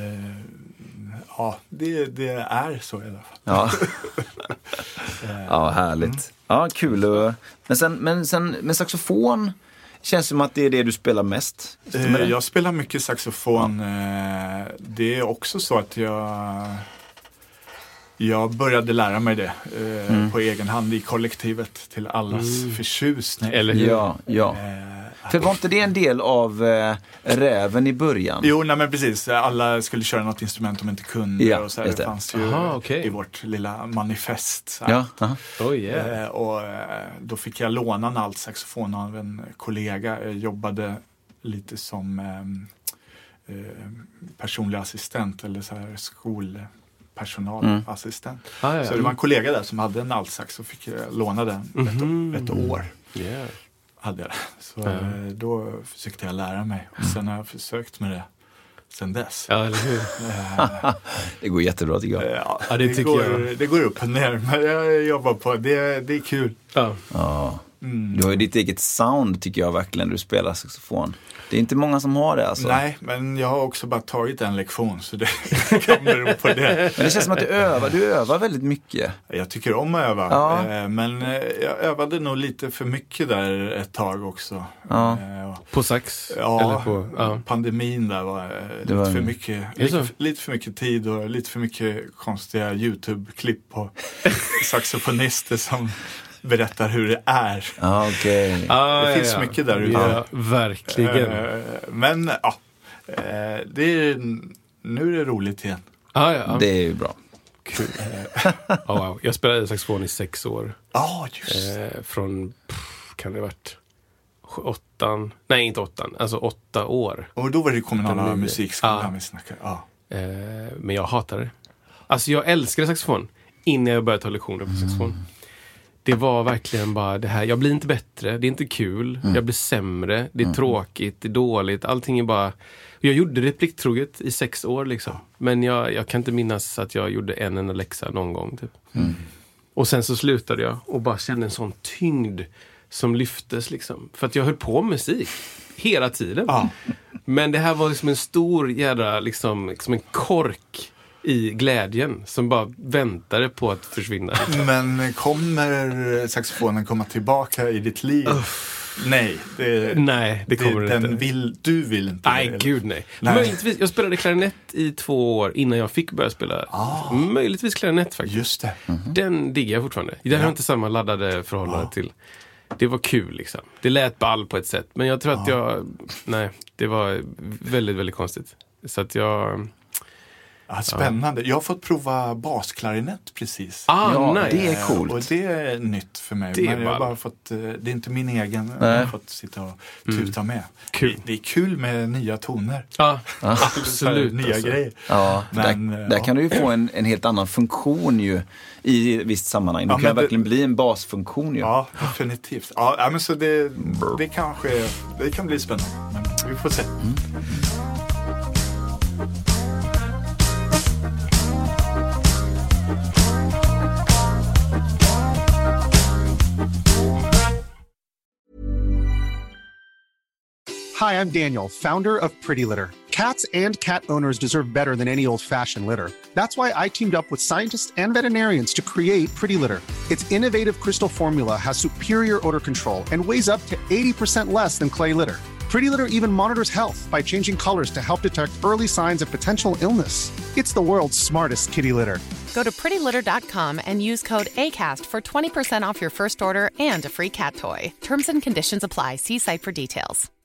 Det är så i alla fall. Ja, härligt. Ja, kul. Men saxofon känns som att det är det du spelar mest. Jag spelar mycket saxofon. Det är också så att Jag började lära mig det på egen hand i kollektivet till allas förtjusning. Eller hur? Ja. För var inte det en del av räven i början? Jo, nej men precis. Alla skulle köra något instrument de inte kunde. Och så här, det fanns ju i vårt lilla manifest. Och då fick jag låna en altsaxofon av en kollega. Jag jobbade lite som personlig assistent eller så här skolpersonalassistent. Så det var en kollega där som hade en altsax och fick låna den ett år. Yeah. Hade jag. Så då försökte jag lära mig. Och sen har jag försökt med det sen dess. Ja, eller hur? Det går jättebra tycker jag. Ja, det tycker jag. Det går upp och ner. Men jag jobbar på det är kul. Ja. Du har ju ditt eget sound tycker jag verkligen när du spelar saxofon. Det är inte många som har det alltså. Nej, men jag har också bara tagit en lektion så det kan bero på det. Men det känns som att du övar väldigt mycket. Jag tycker om att öva. Men jag övade nog lite för mycket där ett tag också. På sax? Ja, eller på, pandemin där var lite för mycket. Lite för mycket tid och lite för mycket konstiga YouTube-klipp på saxofonister som berättar hur det är. Det finns mycket där ute. Ja, verkligen. Men nu är det roligt igen. Det är ju bra. Kul. Wow. Jag spelade saxofon i 6 år. Just från, kan det ha varit 8 år. Och då var det kommunala musikskolan vi snackade. Men jag hatade det. Alltså jag älskade saxofon innan jag började ta lektioner på saxofon. Det var verkligen bara det här. Jag blir inte bättre, det är inte kul. Jag blir sämre, det är tråkigt, det är dåligt. Allting är bara... Jag gjorde det plikttroget i 6 år liksom. Men jag kan inte minnas att jag gjorde en enda läxa någon gång typ. Och sen så slutade jag och bara kände en sån tyngd som lyftes liksom. För att jag höll på med musik hela tiden. Men det här var liksom en stor jädra liksom en kork i glädjen som bara väntade på att försvinna. Men kommer saxofonen komma tillbaka i ditt liv? Nej, det kommer det inte. Du vill inte. Nej, gud nej. Möjligtvis, jag spelade klarinett i 2 år innan jag fick börja spela. Möjligtvis klarinett faktiskt. Just det. Den diggar jag fortfarande. Den har inte samma laddade förhållande till. Det var kul liksom. Det lät ball på ett sätt. Men jag tror att det var väldigt, väldigt konstigt. Så att jag... Spännande. Jag har fått prova basklarinett precis. Nice. Det är coolt. Och det är nytt för mig. Men jag har bara fått, det är inte min egen. Jag har fått sitta och tuta med. Kul. Det är kul med nya toner. Absolut. Nya grejer. Men, där kan du ju få en helt annan funktion ju i visst sammanhang. Du kan verkligen bli en basfunktion ju. Ja, definitivt. Men så det kanske det kan bli spännande. Men vi får se. Hi, I'm Daniel, founder of Pretty Litter. Cats and cat owners deserve better than any old-fashioned litter. That's why I teamed up with scientists and veterinarians to create Pretty Litter. Its innovative crystal formula has superior odor control and weighs up to 80% less than clay litter. Pretty Litter even monitors health by changing colors to help detect early signs of potential illness. It's the world's smartest kitty litter. Go to prettylitter.com and use code ACAST for 20% off your first order and a free cat toy. Terms and conditions apply. See site for details.